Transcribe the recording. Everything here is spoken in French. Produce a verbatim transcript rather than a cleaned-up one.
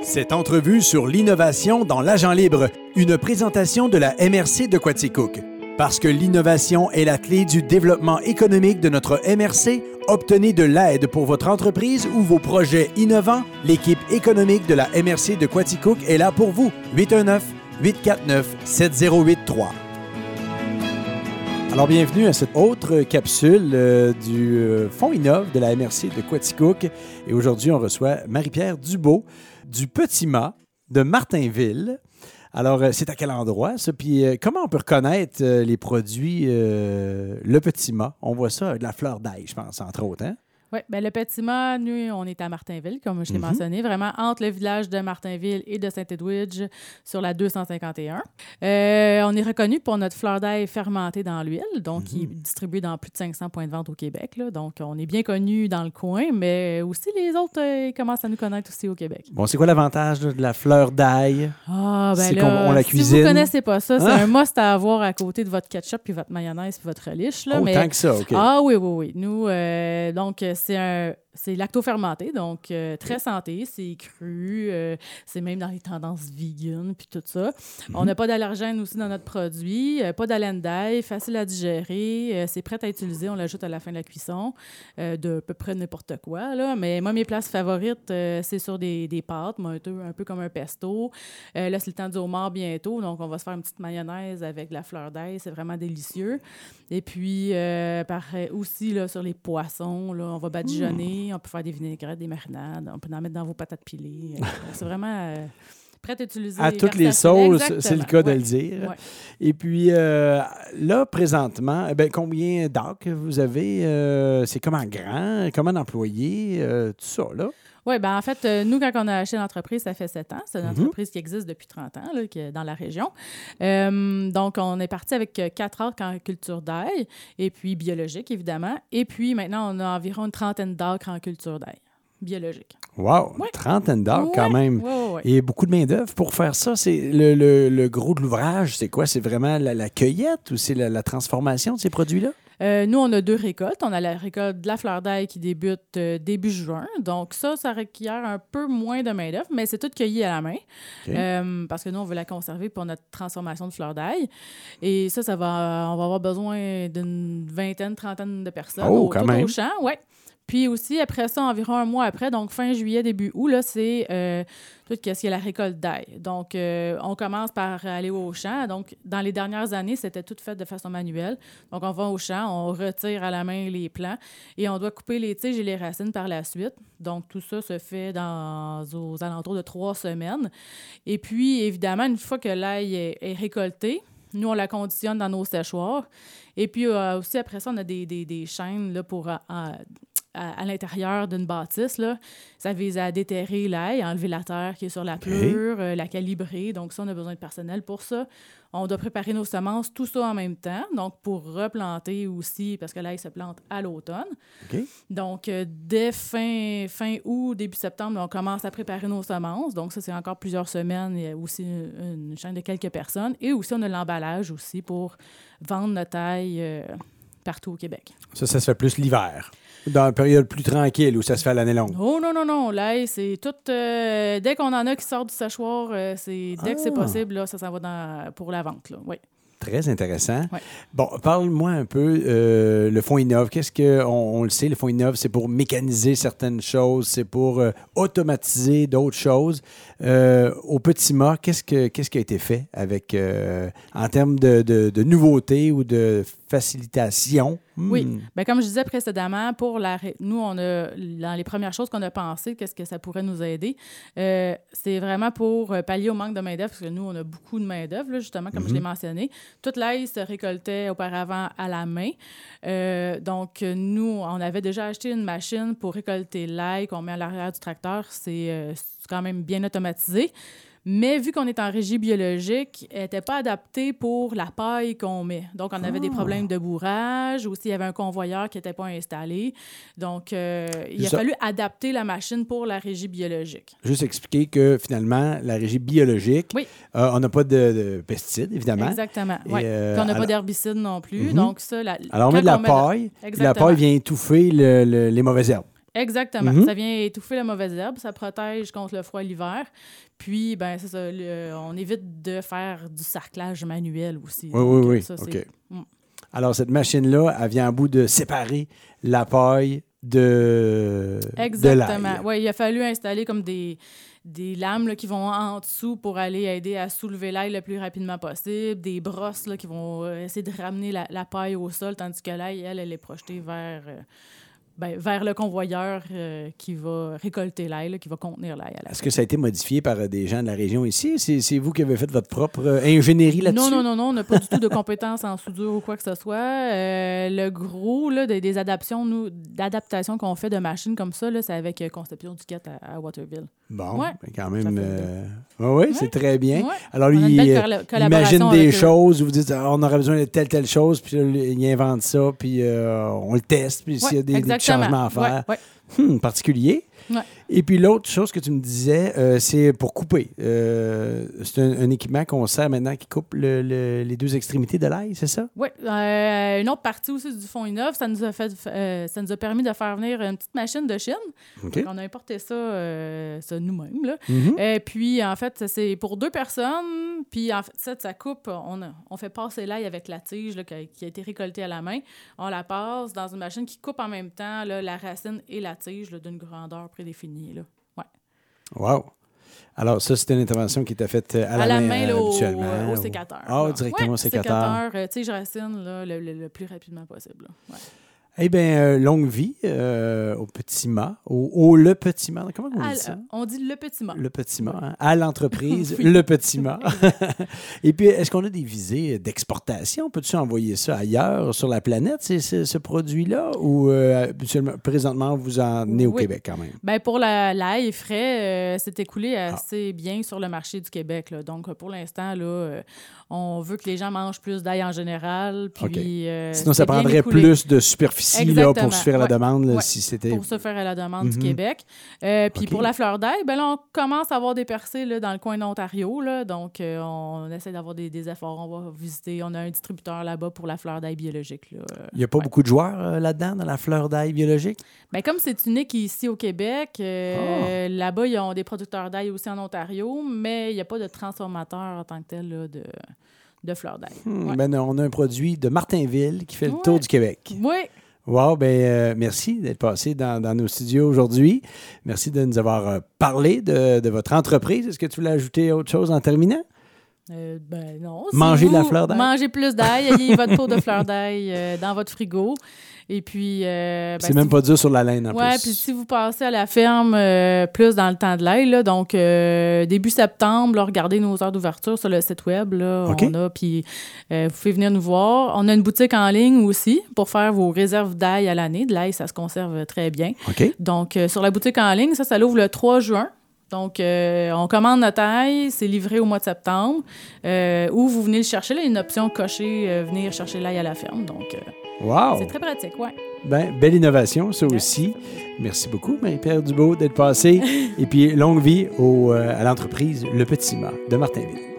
Cette entrevue sur l'innovation dans l'agent libre, une présentation de la M R C de Quaticook. Parce que l'innovation est la clé du développement économique de notre M R C, obtenez de l'aide pour votre entreprise ou vos projets innovants. L'équipe économique de la M R C de Quaticook est là pour vous. huit un neuf, huit quatre neuf, sept zéro huit trois. Alors, bienvenue à cette autre capsule euh, du euh, Fonds Innov de la M R C de Quaticook. Et aujourd'hui, on reçoit Marie-Pierre Dubeau du Petit Mât de Martinville. Alors, euh, c'est à quel endroit, ça? Puis, euh, comment on peut reconnaître euh, les produits euh, Le Petit Mât? On voit ça, de la fleur d'ail, je pense, entre autres, hein? Oui, bien, le Petit Mât, nous, on est à Martinville, comme je l'ai mm-hmm. mentionné, vraiment entre le village de Martinville et de Saint-Edwidge sur la deux cent cinquante et un. Euh, on est reconnu pour notre fleur d'ail fermentée dans l'huile, donc mm-hmm. qui est distribuée dans plus de cinq cents points de vente au Québec. Là. Donc, on est bien connu dans le coin, mais aussi les autres euh, commencent à nous connaître aussi au Québec. Bon, c'est quoi l'avantage là, de la fleur d'ail? Ah, ben c'est là, qu'on on la cuisine. Si vous ne connaissez pas ça, c'est ah. un must à avoir à côté de votre ketchup, puis votre mayonnaise, puis votre relish. Là, oh, mais... tant que ça, OK. Ah oui, oui, oui. Nous, euh, donc, c'est un... C'est lacto-fermenté, donc euh, très santé, c'est cru, euh, c'est même dans les tendances vegan, puis tout ça. Mm-hmm. On n'a pas d'allergène aussi dans notre produit, euh, pas d'haleine d'ail, facile à digérer, euh, c'est prêt à utiliser, on l'ajoute à la fin de la cuisson, euh, de à peu près n'importe quoi, là. Mais moi, mes places favorites, euh, c'est sur des, des pâtes, moi, un, peu, un peu comme un pesto. Euh, là, c'est le temps du homard bientôt, donc on va se faire une petite mayonnaise avec de la fleur d'ail, c'est vraiment délicieux. Et puis, euh, pareil, aussi, là, sur les poissons, là, on va badigeonner. Mmh. On peut faire des vinaigrettes, des marinades. On peut en mettre dans vos patates pilées. C'est vraiment euh, prêt à utiliser. À toutes les sauces, exactement. C'est le cas de ouais. le dire. Ouais. Et puis, euh, là, présentement, eh bien, combien d'arcs vous avez? Euh, c'est comment grand? Comment d'employés? Euh, tout ça, là? Oui, bien en fait, euh, nous, quand on a acheté l'entreprise, ça fait sept ans. C'est une mm-hmm. entreprise qui existe depuis trente ans, là, qui est dans la région. Euh, donc, on est parti avec quatre acres en culture d'ail, et puis biologique, évidemment. Et puis, maintenant, on a environ une trentaine d'acres en culture d'ail, biologique. Wow! Ouais. Une trentaine d'acres, ouais. quand même. Ouais, ouais, ouais. Et beaucoup de main-d'œuvre pour faire ça. C'est le, le, le gros de l'ouvrage, c'est quoi? C'est vraiment la, la cueillette ou c'est la, la transformation de ces produits-là? Euh, nous, on a deux récoltes. On a la récolte de la fleur d'ail qui débute euh, début juin. Donc ça, ça requiert un peu moins de main-d'œuvre, mais c'est tout cueilli à la main. Okay. Euh, parce que nous, on veut la conserver pour notre transformation de fleur d'ail. Et ça, ça va, on va avoir besoin d'une vingtaine, trentaine de personnes oh, au, quand tout même. au champ. Ouais. Puis aussi, après ça, environ un mois après, donc fin juillet, début août, là, c'est euh, tout ce qui est la récolte d'ail. Donc, euh, on commence par aller au champ. Donc, dans les dernières années, c'était tout fait de façon manuelle. Donc, on va au champ, on retire à la main les plants et on doit couper les tiges et les racines par la suite. Donc, tout ça se fait dans, aux alentours de trois semaines. Et puis, évidemment, une fois que l'ail est, est récolté, nous, on la conditionne dans nos séchoirs. Et puis, euh, aussi, après ça, on a des, des, des chaînes là, pour... Euh, À, à l'intérieur d'une bâtisse, là. Ça vise à déterrer l'ail, enlever la terre qui est sur la okay. pleure, euh, la calibrer. Donc, ça, on a besoin de personnel pour ça. On doit préparer nos semences, tout ça en même temps. Donc, pour replanter aussi, parce que l'ail se plante à l'automne. Okay. Donc, euh, dès fin, fin août, début septembre, on commence à préparer nos semences. Donc, ça, c'est encore plusieurs semaines. Il y a aussi une, une chaîne de quelques personnes. Et aussi, on a l'emballage aussi pour vendre notre ail euh, partout au Québec. Ça, ça se fait plus l'hiver. Dans une période plus tranquille où ça se fait à l'année longue. Oh non, non, non. L'ail, c'est tout... Euh, dès qu'on en a qui sort du séchoir, euh, c'est, dès ah. que c'est possible, là, ça s'en va dans, pour la vente. Là. Oui. Très intéressant. Ouais. Bon, parle-moi un peu, euh, le Fonds Innov. Qu'est-ce que, on, on le sait, le Fonds Innov, c'est pour mécaniser certaines choses, c'est pour euh, automatiser d'autres choses. Euh, au Petit Mât, qu'est-ce, que, qu'est-ce qui a été fait avec, euh, en termes de, de, de nouveautés ou de facilitation? Hmm. Oui. Bien, comme je disais précédemment, pour la, nous, on a, dans les premières choses qu'on a pensées, qu'est-ce que ça pourrait nous aider, euh, c'est vraiment pour pallier au manque de main-d'œuvre, parce que nous, on a beaucoup de main-d'œuvre, là, justement, comme mm-hmm. je l'ai mentionné. Toute l'ail se récoltait auparavant à la main. Euh, donc, nous, on avait déjà acheté une machine pour récolter l'ail qu'on met à l'arrière du tracteur. C'est, euh, c'est quand même bien automatisé. Mais vu qu'on est en régie biologique, elle n'était pas adaptée pour la paille qu'on met. Donc, on avait oh. des problèmes de bourrage. Aussi, il y avait un convoyeur qui n'était pas installé. Donc, euh, il a Ça... fallu adapter la machine pour la régie biologique. Juste expliquer que, finalement, la régie biologique, oui. euh, on n'a pas de, de pesticides, évidemment. Exactement, oui. Euh, on n'a alors... pas d'herbicides non plus. Mm-hmm. Donc, ça... La... Alors, on met de la paille. Et la paille vient étouffer le, le, les mauvaises herbes. Exactement. Mm-hmm. Ça vient étouffer la mauvaise herbe, ça protège contre le froid l'hiver. Puis, ben c'est ça, le, on évite de faire du sarclage manuel aussi. Oui, Donc, oui, oui. ça, OK. c'est... Mm. Alors, cette machine-là, elle vient à bout de séparer la paille de, Exactement. de l'ail. Oui, il a fallu installer comme des, des lames là, qui vont en dessous pour aller aider à soulever l'ail le plus rapidement possible, des brosses là, qui vont euh, essayer de ramener la, la paille au sol, tandis que l'ail, elle, elle est projetée vers... Euh, Ben, vers le convoyeur euh, qui va récolter l'ail, là, qui va contenir l'ail à la Est-ce fin. que ça a été modifié par des gens de la région ici? C'est, c'est vous qui avez fait votre propre euh, ingénierie là-dessus? Non, non, non, non, on n'a pas du tout de compétences en soudure ou quoi que ce soit. Euh, le gros là, des, des adaptations, nous, d'adaptations qu'on fait de machines comme ça, là, c'est avec euh, Conception Duquette à, à Waterville. Bon, Ouais. ben quand même. Euh... Oui, ouais, ouais, c'est très bien. Ouais. Alors, On a lui, une belle euh, colla- il collaboration imagine des avec eux. choses où vous dites, ah, on aurait besoin de telle, telle chose, puis là, il invente ça, puis euh, on le teste, puis s'il y a des, des petits changements à faire. Ouais, ouais. Hmm, particulier. Ouais. Et puis l'autre chose que tu me disais, euh, c'est pour couper. Euh, c'est un, un équipement qu'on sert maintenant qui coupe le, le, les deux extrémités de l'ail, c'est ça? Oui. Euh, une autre partie aussi du fonds Innov, ça nous a fait, euh, ça nous a permis de faire venir une petite machine de Chine. OK. On a importé ça, euh, ça nous-mêmes. Là. Mm-hmm. Et puis, en fait, c'est pour deux personnes. Puis, en fait, ça, ça coupe. On, a, on fait passer l'ail avec la tige là, qui, a, qui a été récoltée à la main. On la passe dans une machine qui coupe en même temps là, la racine et la tige là, d'une grandeur prédéfinie. Là. Ouais. Wow! Alors, ça, c'était une intervention qui était faite à, À la, la main, main là, euh, au, habituellement. au sécateur. Ah, là. directement ouais, au sécateur. sécateur, euh, tige-racine, là, le, le, le plus rapidement possible. Là. Ouais. Eh bien, euh, longue vie euh, au petit mât, au, au le petit mât. Comment on À, dit ça? on dit le petit mât. Le petit mât, hein? À l'entreprise, Oui. le petit mât. Et puis, est-ce qu'on a des visées d'exportation? Peux-tu envoyer ça ailleurs sur la planète, c'est, c'est, ce produit-là? Ou euh, habituellement, présentement, vous en êtes au Oui. Québec quand même? Bien, pour la, l'ail frais, euh, c'est écoulé assez ah. bien sur le marché du Québec. Là. Donc, pour l'instant, là, euh, on veut que les gens mangent plus d'ail en général. Puis, okay. euh, Sinon, ça prendrait plus de superficie là, pour se faire ouais. la demande. Là, ouais. si c'était... Pour se faire à la demande mm-hmm. du Québec. Euh, puis okay. pour la fleur d'ail, ben là, on commence à avoir des percées là, dans le coin d'Ontario. Là, donc, euh, on essaie d'avoir des, des efforts. On va visiter. On a un distributeur là-bas pour la fleur d'ail biologique. Là. Il n'y a pas ouais. beaucoup de joueurs euh, là-dedans, dans la fleur d'ail biologique? Bien, comme c'est unique ici au Québec, euh, oh. là-bas, ils ont des producteurs d'ail aussi en Ontario, mais il n'y a pas de transformateur en tant que tel là, de... de fleurs d'ail. Hmm, ouais. ben, on a un produit de Martinville qui fait le ouais. tour du Québec. Oui. Wow, ben euh, merci d'être passé dans, dans nos studios aujourd'hui. Merci de nous avoir euh, parlé de, de votre entreprise. Est-ce que tu voulais ajouter autre chose en terminant? Euh, ben non. Manger si de la vous fleur d'ail. Mangez plus d'ail, ayez votre pot de fleur d'ail euh, dans votre frigo. Et puis... Euh, ben, c'est si même vous... pas dur sur la laine en ouais, plus. puis si vous passez à la ferme euh, plus dans le temps de l'ail, là, donc euh, début septembre, là, regardez nos heures d'ouverture sur le site web. Là, okay. On a, puis euh, vous pouvez venir nous voir. On a une boutique en ligne aussi pour faire vos réserves d'ail à l'année. De l'ail, ça se conserve très bien. Okay. Donc, euh, sur la boutique en ligne, ça, ça l'ouvre le trois juin. Donc, euh, on commande notre ail, c'est livré au mois de septembre. Euh, ou vous venez le chercher, là, une option cochée, euh, venir chercher l'ail à la ferme. Donc, euh, wow. c'est très pratique, oui. Ben, belle innovation, ça aussi. Merci beaucoup, Marie-Pierre Dubois, d'être passé. Et puis, longue vie au, euh, à l'entreprise Le Petit Mât de Martinville.